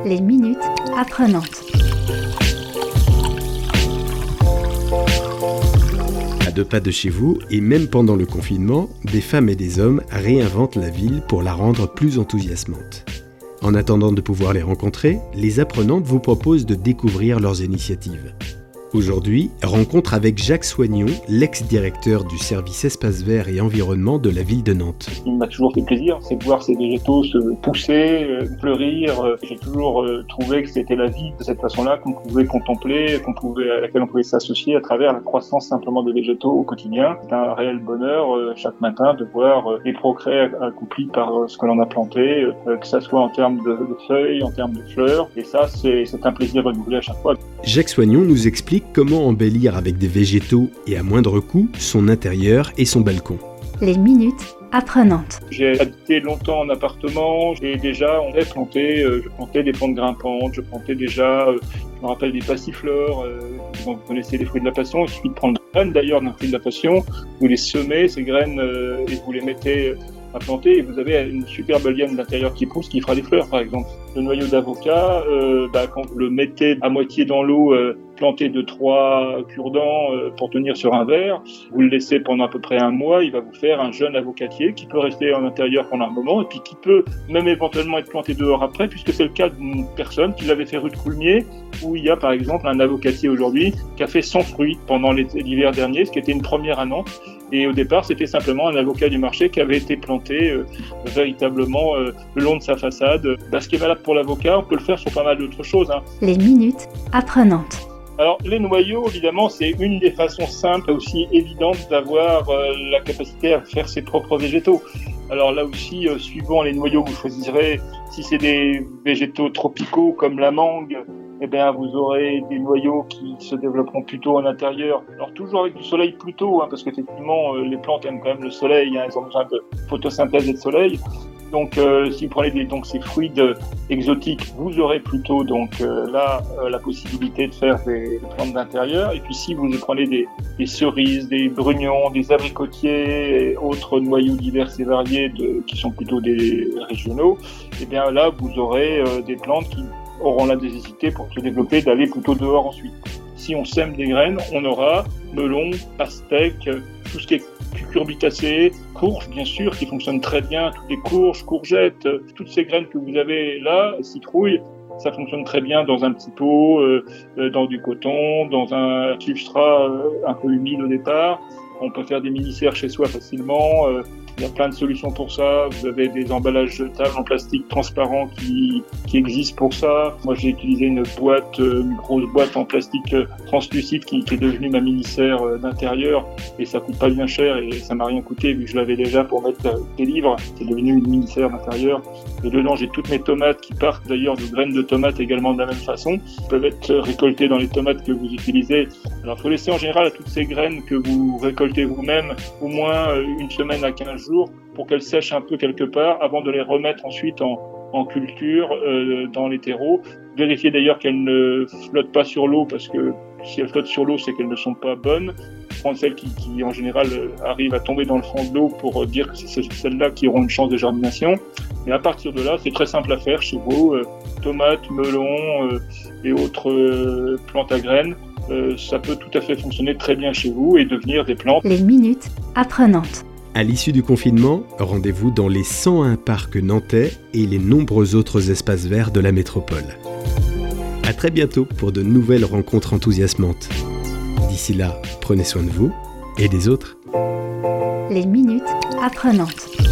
Les minutes apprenantes. À 2 pas de chez vous, et même pendant le confinement, des femmes et des hommes réinventent la ville pour la rendre plus enthousiasmante. En attendant de pouvoir les rencontrer, les apprenantes vous proposent de découvrir leurs initiatives. Aujourd'hui, rencontre avec Jacques Soignon, l'ex-directeur du service espace vert et environnement de la ville de Nantes. Ce qui m'a toujours fait plaisir, c'est de voir ces végétaux se pousser, fleurir. J'ai toujours trouvé que c'était la vie de cette façon-là qu'on pouvait contempler, à laquelle on pouvait s'associer à travers la croissance simplement des végétaux au quotidien. C'est un réel bonheur chaque matin de voir les progrès accomplis par ce que l'on a planté, que ça soit en termes de feuilles, en termes de fleurs. Et ça, c'est un plaisir renouvelé à chaque fois. Jacques Soignon nous explique comment embellir avec des végétaux et à moindre coût son intérieur et son balcon. Les minutes apprenantes. J'ai habité longtemps en appartement et déjà on avait planté, je plantais des plantes grimpantes, je plantais déjà, je me rappelle des passiflores, vous connaissez les fruits de la passion, il suffit de prendre des graines d'ailleurs d'un fruit de la passion, vous les semez ces graines et vous les mettez à planter et vous avez une superbe liane d'intérieur qui pousse qui fera des fleurs par exemple. Le noyau d'avocat, quand vous le mettez à moitié dans l'eau, planté de 3 cure-dents pour tenir sur un verre, vous le laissez pendant à peu près 1 mois, il va vous faire un jeune avocatier qui peut rester en intérieur pendant un moment et puis qui peut même éventuellement être planté dehors après, puisque c'est le cas d'une personne qui l'avait fait rue de Coulmiers, où il y a par exemple un avocatier aujourd'hui qui a fait 100 fruits pendant l'hiver dernier, ce qui était une première à Nantes. Et au départ, c'était simplement un avocat du marché qui avait été planté véritablement le long de sa façade. Ce qui est valable pour l'avocat, on peut le faire sur pas mal d'autres choses. Les minutes apprenantes. Alors, les noyaux, évidemment, c'est une des façons simples et aussi évidentes d'avoir la capacité à faire ses propres végétaux. Alors là aussi, suivant les noyaux que vous choisirez, si c'est des végétaux tropicaux comme la mangue, eh bien, vous aurez des noyaux qui se développeront plutôt en intérieur. Alors toujours avec du soleil plutôt, parce qu'effectivement, les plantes aiment quand même le soleil, elles ont besoin de photosynthèse et de soleil. Donc, si vous prenez ces fruits exotiques, vous aurez plutôt la possibilité de faire des plantes d'intérieur. Et puis, si vous prenez des cerises, des brugnons, des abricotiers et autres noyaux divers et variés qui sont plutôt des régionaux, eh bien là, vous aurez des plantes qui auront la nécessité pour se développer d'aller plutôt dehors ensuite. Si on sème des graines, on aura melon, pastèque, tout ce qui est cucurbitacées, courges bien sûr qui fonctionnent très bien, toutes les courges, courgettes, toutes ces graines que vous avez là, citrouilles, ça fonctionne très bien dans un petit pot, dans du coton, dans un substrat un peu humide au départ. On peut faire des mini-serres chez soi facilement. Il y a plein de solutions pour ça. Vous avez des emballages jetables en plastique transparent qui existent pour ça. Moi, j'ai utilisé une grosse boîte en plastique translucide qui est devenue ma mini-serre d'intérieur. Et ça coûte pas bien cher et ça m'a rien coûté vu que je l'avais déjà pour mettre des livres. C'est devenu une mini-serre d'intérieur. Et dedans, j'ai toutes mes tomates qui partent d'ailleurs de graines de tomates également de la même façon. Qui peuvent être récoltées dans les tomates que vous utilisez. Alors, il faut laisser en général à toutes ces graines que vous récoltez vous-même au moins 1 semaine à 15 jours pour qu'elles sèchent un peu quelque part avant de les remettre ensuite en culture dans les terreaux. Vérifiez d'ailleurs qu'elles ne flottent pas sur l'eau parce que si elles flottent sur l'eau, c'est qu'elles ne sont pas bonnes. Prendre celles qui en général arrivent à tomber dans le fond de l'eau pour dire que c'est celles-là qui auront une chance de germination. Et à partir de là, c'est très simple à faire chez vous. Tomates, melons et autres plantes à graines. Ça peut tout à fait fonctionner très bien chez vous et devenir des plantes. Les minutes apprenantes. À l'issue du confinement, rendez-vous dans les 101 parcs nantais et les nombreux autres espaces verts de la métropole. À très bientôt pour de nouvelles rencontres enthousiasmantes. D'ici là, prenez soin de vous et des autres. Les minutes apprenantes.